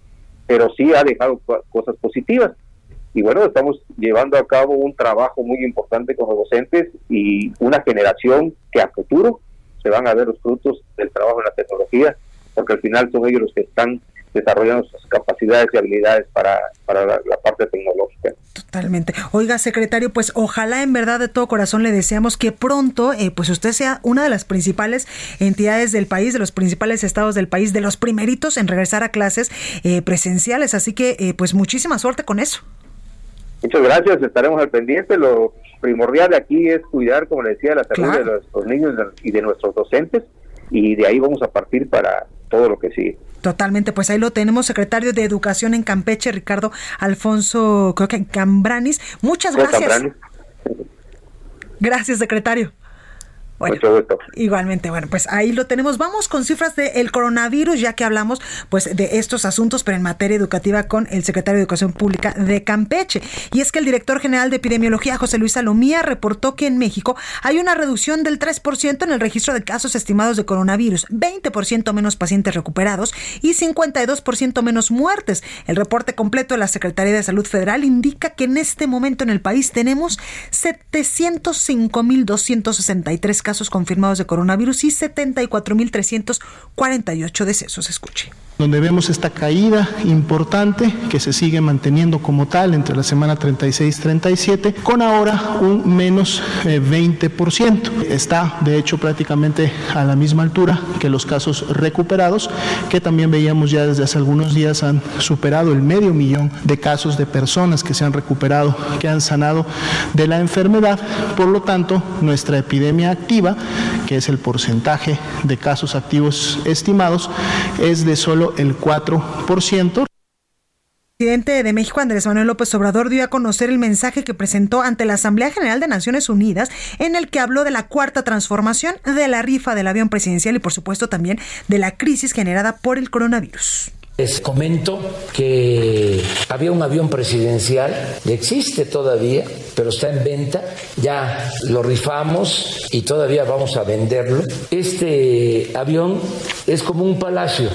pero sí ha dejado cosas positivas. Y bueno, estamos llevando a cabo un trabajo muy importante con los docentes y una generación que a futuro se van a ver los frutos del trabajo en la tecnología, porque al final son ellos los que están desarrollando sus capacidades y habilidades para, para la, la parte tecnológica. Totalmente. Oiga, secretario, pues ojalá en verdad de todo corazón le deseamos que pronto eh, pues usted sea una de las principales entidades del país, de los principales estados del país, de los primeritos en regresar a clases eh, presenciales, así que eh, pues muchísima suerte con eso. Muchas gracias, estaremos al pendiente. Lo primordial de aquí es cuidar, como le decía, la salud claro. de nuestros niños y de nuestros docentes, y de ahí vamos a partir para todo lo que sigue. Totalmente, pues ahí lo tenemos, secretario de Educación en Campeche, Ricardo Alfonso, creo que Cambranis. Muchas gracias. Cambranis. Gracias, secretario. Bueno, igualmente, bueno, pues ahí lo tenemos. Vamos con cifras del coronavirus, ya que hablamos pues de estos asuntos, pero en materia educativa, con el secretario de Educación Pública de Campeche. Y es que el director general de Epidemiología, José Luis Salomía, reportó que en México hay una reducción del tres por ciento en el registro de casos estimados de coronavirus, veinte por ciento menos pacientes recuperados y cincuenta y dos por ciento menos muertes. El reporte completo de la Secretaría de Salud Federal indica que en este momento en el país tenemos setecientos cinco mil doscientos sesenta y tres casos casos confirmados de coronavirus y setenta y cuatro mil trescientos cuarenta y ocho decesos. Escuche. Donde vemos esta caída importante que se sigue manteniendo como tal entre la semana treinta y seis treinta y siete, con ahora un menos eh, veinte por ciento. Está de hecho prácticamente a la misma altura que los casos recuperados, que también veíamos ya desde hace algunos días han superado el medio millón de casos de personas que se han recuperado, que han sanado de la enfermedad. Por lo tanto, nuestra epidemia activa, que es el porcentaje de casos activos estimados, es de solo el cuatro por ciento. El presidente de México, Andrés Manuel López Obrador, dio a conocer el mensaje que presentó ante la Asamblea General de Naciones Unidas, en el que habló de la cuarta transformación, de la rifa del avión presidencial y, por supuesto, también de la crisis generada por el coronavirus. Les comento que había un avión presidencial, existe todavía, pero está en venta, ya lo rifamos y todavía vamos a venderlo. Este avión es como un palacio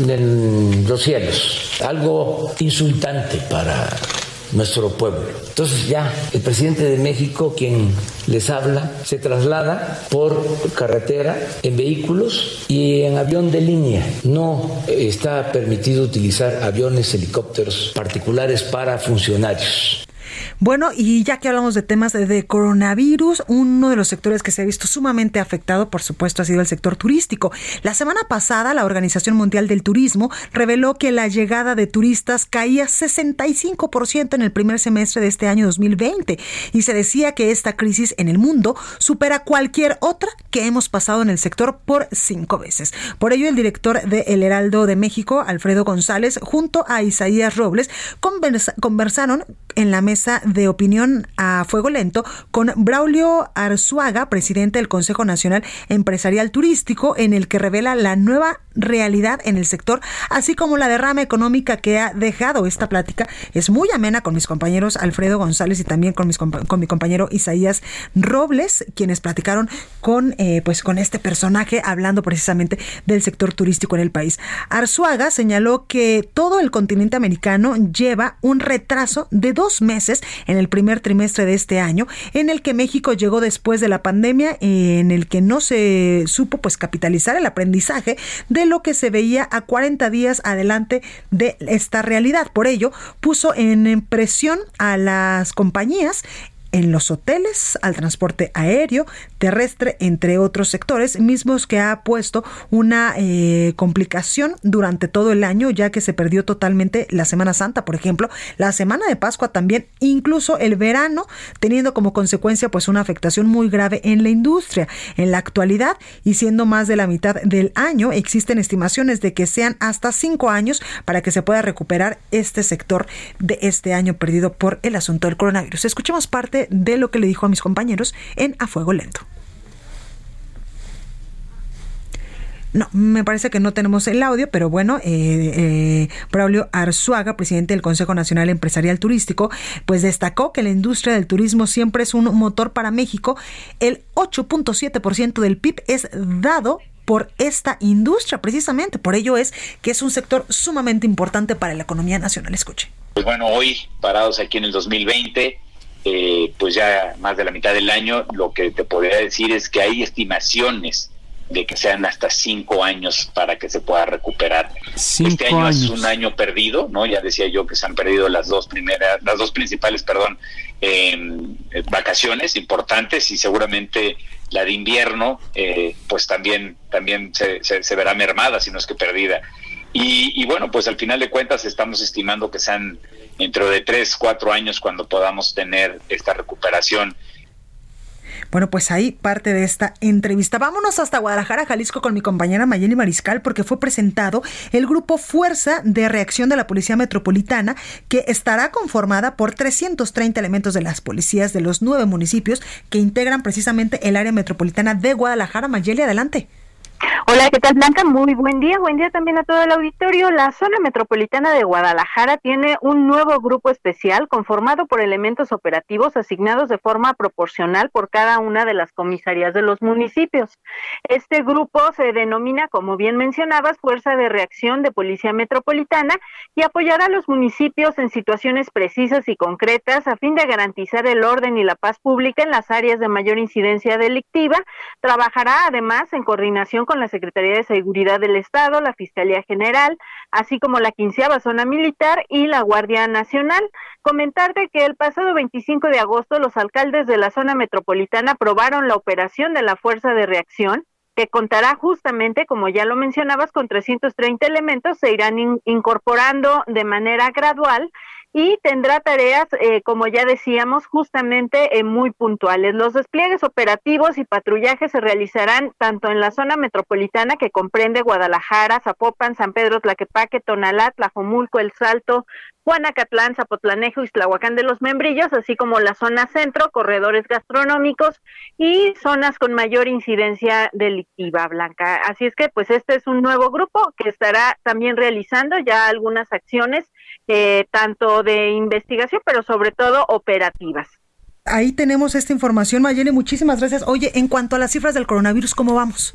en los cielos, algo insultante para nuestro pueblo. Entonces ya el presidente de México, quien les habla, se traslada por carretera en vehículos y en avión de línea. No está permitido utilizar aviones, helicópteros particulares para funcionarios. Bueno, y ya que hablamos de temas de, de coronavirus, uno de los sectores que se ha visto sumamente afectado, por supuesto, ha sido el sector turístico. La semana pasada, la Organización Mundial del Turismo reveló que la llegada de turistas caía sesenta y cinco por ciento en el primer semestre de este año dos mil veinte, y se decía que esta crisis en el mundo supera cualquier otra que hemos pasado en el sector por cinco veces. Por ello, el director de El Heraldo de México, Alfredo González, junto a Isaías Robles, conversa, conversaron en la mesa de opinión a fuego lento con Braulio Arzuaga, presidente del Consejo Nacional Empresarial Turístico, en el que revela la nueva realidad en el sector, así como la derrama económica que ha dejado. Esta plática es muy amena con mis compañeros Alfredo González y también con, mis, con mi compañero Isaías Robles, quienes platicaron con, eh, pues, con este personaje, hablando precisamente del sector turístico en el país. Arzuaga señaló que todo el continente americano lleva un retraso de dos meses en el primer trimestre de este año, en el que México llegó después de la pandemia, en el que no se supo pues capitalizar el aprendizaje de lo que se veía a cuarenta días adelante de esta realidad. Por ello, puso en presión a las compañías en los hoteles, al transporte aéreo, terrestre, entre otros sectores, mismos que ha puesto una eh, complicación durante todo el año, ya que se perdió totalmente la Semana Santa, por ejemplo, la Semana de Pascua también, incluso el verano, teniendo como consecuencia pues una afectación muy grave en la industria. En la actualidad, y siendo más de la mitad del año, existen estimaciones de que sean hasta cinco años para que se pueda recuperar este sector de este año perdido por el asunto del coronavirus. Escuchemos parte de lo que le dijo a mis compañeros en A Fuego Lento. No, me parece que no tenemos el audio, pero bueno, eh, eh, Braulio Arzuaga, presidente del Consejo Nacional Empresarial Turístico, pues destacó que la industria del turismo siempre es un motor para México. El ocho punto siete por ciento del P I B es dado por esta industria, precisamente. Por ello es que es un sector sumamente importante para la economía nacional. Escuche. Pues bueno, hoy parados aquí en el dos mil veinte, eh, pues ya más de la mitad del año, lo que te podría decir es que hay estimaciones de que sean hasta cinco años para que se pueda recuperar. Cinco este año años. es un año perdido, ¿no? Ya decía yo que se han perdido las dos primeras, las dos principales, perdón, eh, vacaciones importantes, y seguramente la de invierno, eh, pues también también se, se, se verá mermada, si no es que perdida. Y, y bueno, pues al final de cuentas estamos estimando que sean dentro de tres, cuatro años cuando podamos tener esta recuperación. Bueno, pues ahí parte de esta entrevista. Vámonos hasta Guadalajara, Jalisco, con mi compañera Mayeli Mariscal, porque fue presentado el grupo Fuerza de Reacción de la Policía Metropolitana, que estará conformada por trescientos treinta elementos de las policías de los nueve municipios que integran precisamente el área metropolitana de Guadalajara. Mayeli, adelante. Hola, ¿qué tal, Blanca? Muy buen día, buen día también a todo el auditorio. La zona metropolitana de Guadalajara tiene un nuevo grupo especial conformado por elementos operativos asignados de forma proporcional por cada una de las comisarías de los municipios. Este grupo se denomina, como bien mencionabas, Fuerza de Reacción de Policía Metropolitana, y apoyará a los municipios en situaciones precisas y concretas a fin de garantizar el orden y la paz pública en las áreas de mayor incidencia delictiva. Trabajará además en coordinación con la Secretaría de Seguridad del Estado, la Fiscalía General, así como la quinceava Zona Militar y la Guardia Nacional. Comentarte que el pasado veinticinco de agosto los alcaldes de la zona metropolitana aprobaron la operación de la Fuerza de Reacción, que contará justamente, como ya lo mencionabas, con trescientos treinta elementos. Se irán in- incorporando de manera gradual y tendrá tareas, eh, como ya decíamos, justamente eh, muy puntuales. Los despliegues operativos y patrullajes se realizarán tanto en la zona metropolitana, que comprende Guadalajara, Zapopan, San Pedro Tlaquepaque, Tonalá, Tlajomulco, El Salto, Juanacatlán, Zapotlanejo y Tlahuacán de los Membrillos, así como la zona centro, corredores gastronómicos y zonas con mayor incidencia delictiva, Blanca. Así es que pues este es un nuevo grupo que estará también realizando ya algunas acciones, eh, tanto de investigación, pero sobre todo operativas. Ahí tenemos esta información, Mayeli, muchísimas gracias. Oye, en cuanto a las cifras del coronavirus, ¿cómo vamos?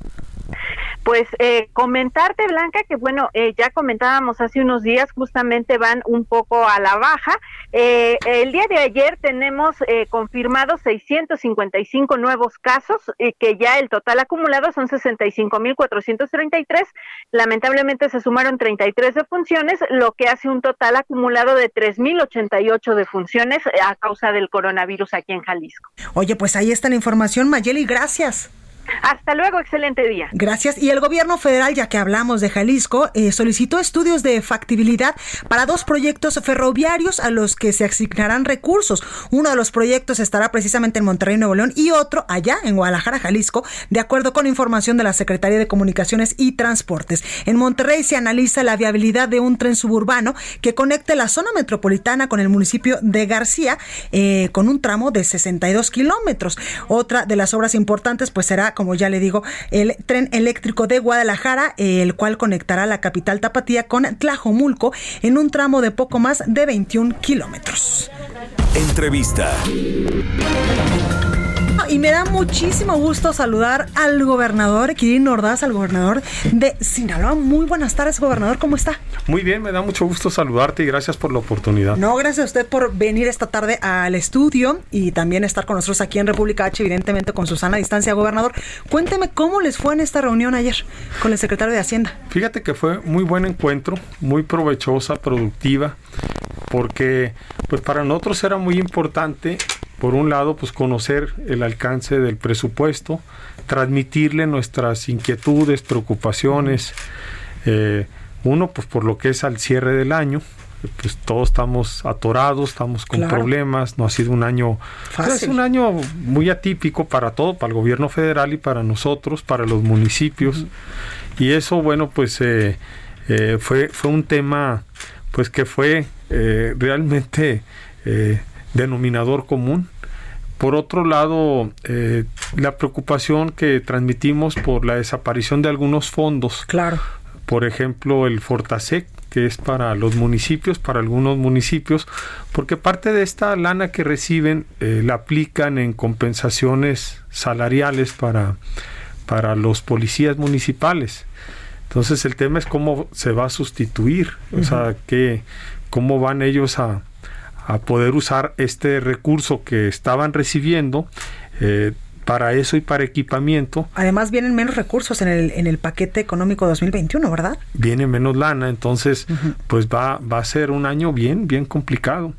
Pues eh, comentarte, Blanca, que bueno, eh, ya comentábamos hace unos días, justamente van un poco a la baja. Eh, el día de ayer tenemos eh, confirmados seiscientos cincuenta y cinco nuevos casos, eh, que ya el total acumulado son sesenta y cinco mil cuatrocientos treinta y tres. Lamentablemente se sumaron treinta y tres defunciones, lo que hace un total acumulado de tres mil ochenta y ocho defunciones a causa del coronavirus aquí en Jalisco. Oye, pues ahí está la información, Mayeli, gracias. Hasta luego, excelente día. Gracias. Y el gobierno federal, ya que hablamos de Jalisco, eh, solicitó estudios de factibilidad para dos proyectos ferroviarios a los que se asignarán recursos. Uno de los proyectos estará precisamente en Monterrey, Nuevo León, y otro allá en Guadalajara, Jalisco, de acuerdo con información de la Secretaría de Comunicaciones y Transportes. En Monterrey se analiza la viabilidad de un tren suburbano que conecte la zona metropolitana con el municipio de García, eh, con un tramo de sesenta y dos kilómetros. Otra de las obras importantes pues será, como ya le digo, el tren eléctrico de Guadalajara, el cual conectará la capital tapatía con Tlajomulco en un tramo de poco más de veintiún kilómetros. Entrevista. Y me da muchísimo gusto saludar al gobernador Quirino Ordaz, al gobernador de Sinaloa. Muy buenas tardes, gobernador, ¿cómo está? Muy bien, me da mucho gusto saludarte y gracias por la oportunidad. No, gracias a usted por venir esta tarde al estudio y también estar con nosotros aquí en República H, evidentemente con su sana distancia, gobernador. Cuénteme cómo les fue en esta reunión ayer con el secretario de Hacienda. Fíjate que fue muy buen encuentro, muy provechosa, productiva, porque pues para nosotros era muy importante, por un lado, pues conocer el alcance del presupuesto, transmitirle nuestras inquietudes, preocupaciones, eh, uno, pues por lo que es al cierre del año, pues todos estamos atorados, estamos con claro. problemas, no ha sido un año, pues, es un año muy atípico para todo, para el gobierno federal y para nosotros, para los municipios, uh-huh. y eso, bueno, pues eh, eh, fue, fue un tema, pues que fue eh, realmente eh, denominador común. Por otro lado, eh, la preocupación que transmitimos por la desaparición de algunos fondos. Claro. Por ejemplo, el Fortasec, que es para los municipios, para algunos municipios, porque parte de esta lana que reciben eh, la aplican en compensaciones salariales para, para los policías municipales. Entonces el tema es cómo se va a sustituir, uh-huh. o sea, que, cómo van ellos a, a poder usar este recurso que estaban recibiendo eh, para eso y para equipamiento. Además vienen menos recursos en el en el paquete económico dos mil veintiuno, ¿verdad? Viene menos lana, entonces uh-huh. pues va, va a ser un año bien, bien complicado.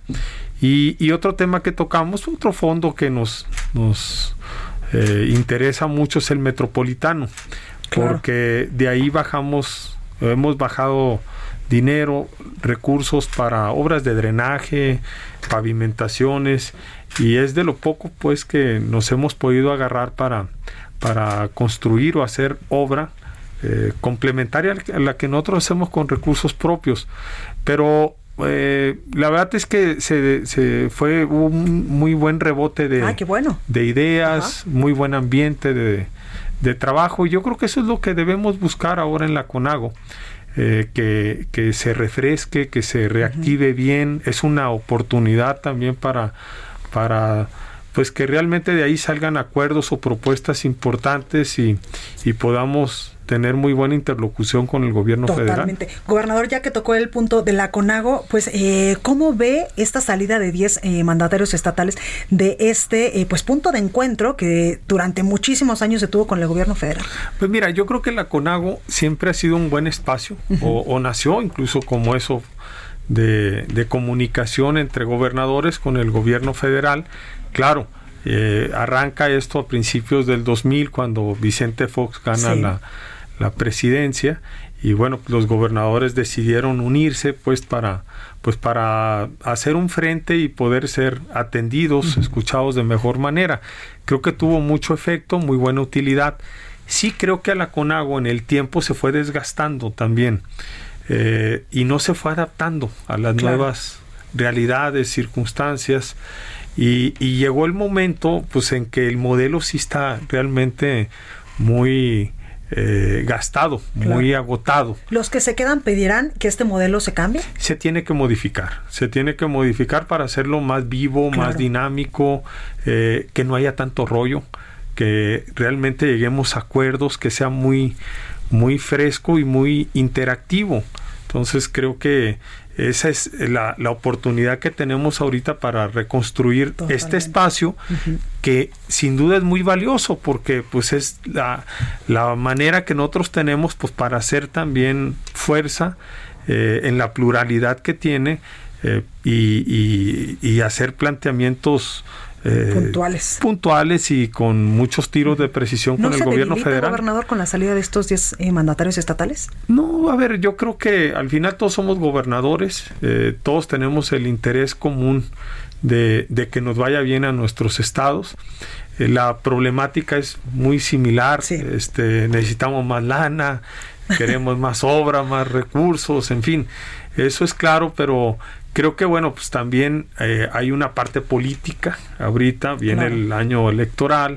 Y, y otro tema que tocamos, otro fondo que nos, nos eh, interesa mucho es el metropolitano. Claro. Porque de ahí bajamos, hemos bajado dinero, recursos para obras de drenaje, pavimentaciones, y es de lo poco pues que nos hemos podido agarrar para, para construir o hacer obra eh, complementaria a la que nosotros hacemos con recursos propios. Pero eh, la verdad es que se, se fue un muy buen rebote de, ah, qué bueno. de ideas, ajá. muy buen ambiente de de trabajo, y yo creo que eso es lo que debemos buscar ahora en la CONAGO, eh, que, que se refresque, que se reactive uh-huh. bien. Es una oportunidad también para, para pues que realmente de ahí salgan acuerdos o propuestas importantes y, y podamos tener muy buena interlocución con el gobierno Totalmente. federal. Gobernador, ya que tocó el punto de la CONAGO, pues eh, ¿cómo ve esta salida de diez eh, mandatarios estatales de este eh, pues punto de encuentro que durante muchísimos años se tuvo con el gobierno federal? Pues mira, yo creo que la CONAGO siempre ha sido un buen espacio, uh-huh. o, o nació incluso como eso de, de comunicación entre gobernadores con el gobierno federal. Claro, eh, arranca esto a principios del dos mil, cuando Vicente Fox gana sí. la la presidencia, y bueno, los gobernadores decidieron unirse pues para pues para hacer un frente y poder ser atendidos, uh-huh. escuchados de mejor manera. Creo que tuvo mucho efecto, muy buena utilidad. Sí creo que a la CONAGO en el tiempo se fue desgastando también, eh, y no se fue adaptando a las claro. nuevas realidades, circunstancias, y, y llegó el momento pues en que el modelo sí está realmente muy Eh, gastado, claro. muy agotado. ¿Los que se quedan pedirán que este modelo se cambie? Se tiene que modificar, se tiene que modificar para hacerlo más vivo, claro. más dinámico, eh, que no haya tanto rollo, que realmente lleguemos a acuerdos, que sea muy, muy fresco y muy interactivo. Entonces creo que esa es la, la oportunidad que tenemos ahorita para reconstruir Totalmente. este espacio, uh-huh. que sin duda es muy valioso, porque pues es la, la manera que nosotros tenemos pues para hacer también fuerza eh, en la pluralidad que tiene, eh, y, y, y hacer planteamientos Eh, puntuales. puntuales y con muchos tiros de precisión ¿No con el gobierno federal. ¿No se gobernador, con la salida de estos diez eh, mandatarios estatales? No, a ver, yo creo que al final todos somos gobernadores, eh, todos tenemos el interés común de, de que nos vaya bien a nuestros estados. Eh, la problemática es muy similar, sí. este, necesitamos más lana, queremos más obra, más recursos, en fin, eso es claro, pero creo que bueno, pues también eh, hay una parte política. Ahorita viene claro. el año electoral.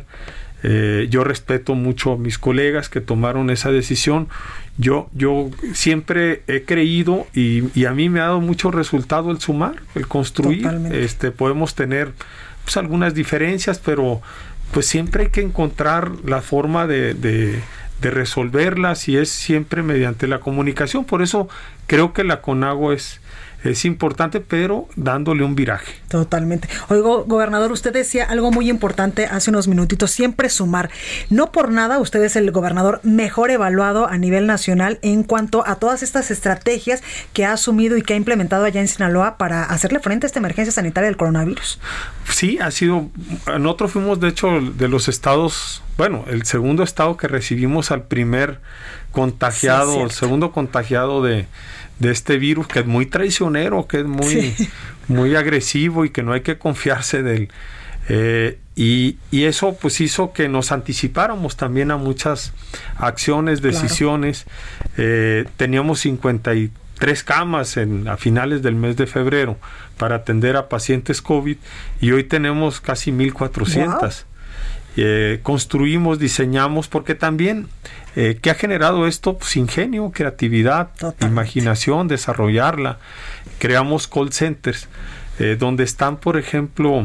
Eh, yo respeto mucho a mis colegas que tomaron esa decisión. Yo, yo siempre he creído y, y a mí me ha dado mucho resultado el sumar, el construir. Totalmente. Este, podemos tener pues algunas diferencias, pero pues siempre hay que encontrar la forma de, de, de resolverlas, y es siempre mediante la comunicación. Por eso creo que la CONAGO es es importante, pero dándole un viraje. Totalmente. Oigo, gobernador, usted decía algo muy importante hace unos minutitos, siempre sumar. No por nada usted es el gobernador mejor evaluado a nivel nacional en cuanto a todas estas estrategias que ha asumido y que ha implementado allá en Sinaloa para hacerle frente a esta emergencia sanitaria del coronavirus. Sí, ha sido, nosotros fuimos de hecho de los estados, bueno, el segundo estado que recibimos al primer contagiado, sí, el segundo contagiado de de este virus, que es muy traicionero, que es muy, sí. muy agresivo y que no hay que confiarse de él. Eh, y, y eso pues hizo que nos anticipáramos también a muchas acciones, decisiones. Claro. Eh, teníamos cincuenta y tres camas en, a finales del mes de febrero para atender a pacientes COVID, y hoy tenemos casi mil cuatrocientas. Wow. Eh, construimos, diseñamos, porque también eh, ¿qué ha generado esto? Pues ingenio, creatividad, Totalmente. imaginación, desarrollarla. Creamos call centers eh, donde están, por ejemplo,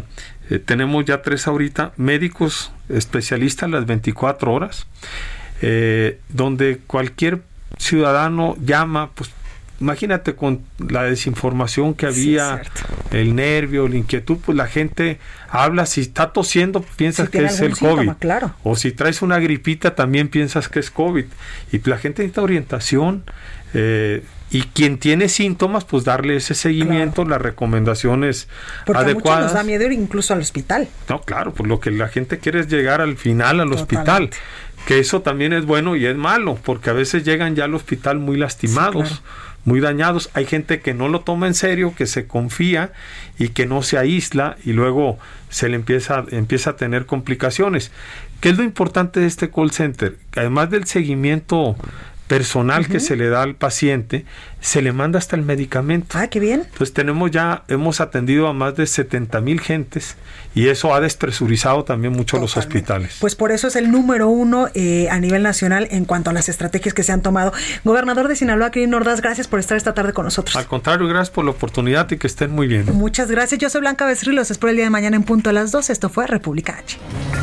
Eh, tenemos ya tres ahorita, médicos especialistas las veinticuatro horas, eh, donde cualquier ciudadano llama, pues imagínate con la desinformación que había, sí, el nervio, la inquietud, pues la gente habla, si está tosiendo piensas si que es el síntoma, COVID, claro. O si traes una gripita también piensas que es COVID, y la gente necesita orientación, eh, y quien tiene síntomas, pues darle ese seguimiento, claro. Las recomendaciones porque adecuadas. Porque a muchos nos da miedo ir incluso al hospital. No, claro, pues lo que la gente quiere es llegar al final al hospital, que eso también es bueno y es malo, porque a veces llegan ya al hospital muy lastimados, sí, claro. Muy dañados. Hay gente que no lo toma en serio, que se confía y que no se aísla y luego se le empieza, empieza a tener complicaciones. ¿Qué es lo importante de este call center? Además del seguimiento personal, uh-huh, que se le da al paciente, se le manda hasta el medicamento. Ah, qué bien. Entonces tenemos ya, hemos atendido a más de setenta mil gentes y eso ha despresurizado también mucho Totalmente. Los hospitales. Pues por eso es el número uno eh, a nivel nacional en cuanto a las estrategias que se han tomado. Gobernador de Sinaloa, Quirino Ordaz, gracias por estar esta tarde con nosotros. Al contrario, gracias por la oportunidad y que estén muy bien. Muchas gracias. Yo soy Blanca Becerril, los espero el día de mañana en punto a las doce. Esto fue República H.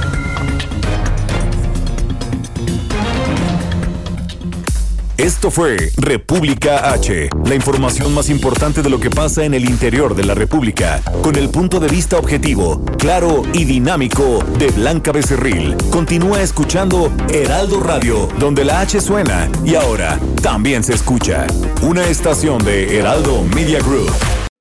Esto fue República H, la información más importante de lo que pasa en el interior de la República, con el punto de vista objetivo, claro y dinámico de Blanca Becerril. Continúa escuchando Heraldo Radio, donde la H suena y ahora también se escucha. Una estación de Heraldo Media Group.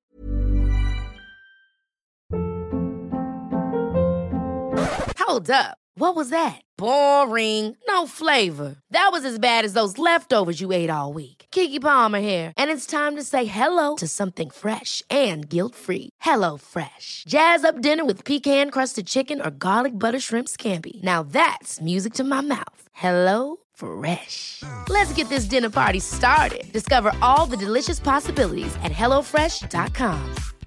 Hold up. What was that? Boring. No flavor. That was as bad as those leftovers you ate all week. Keke Palmer here, and it's time to say hello to something fresh and guilt-free. Hello Fresh. Jazz up dinner with pecan-crusted chicken or garlic butter shrimp scampi. Now that's music to my mouth. Hello Fresh. Let's get this dinner party started. Discover all the delicious possibilities at hello fresh dot com.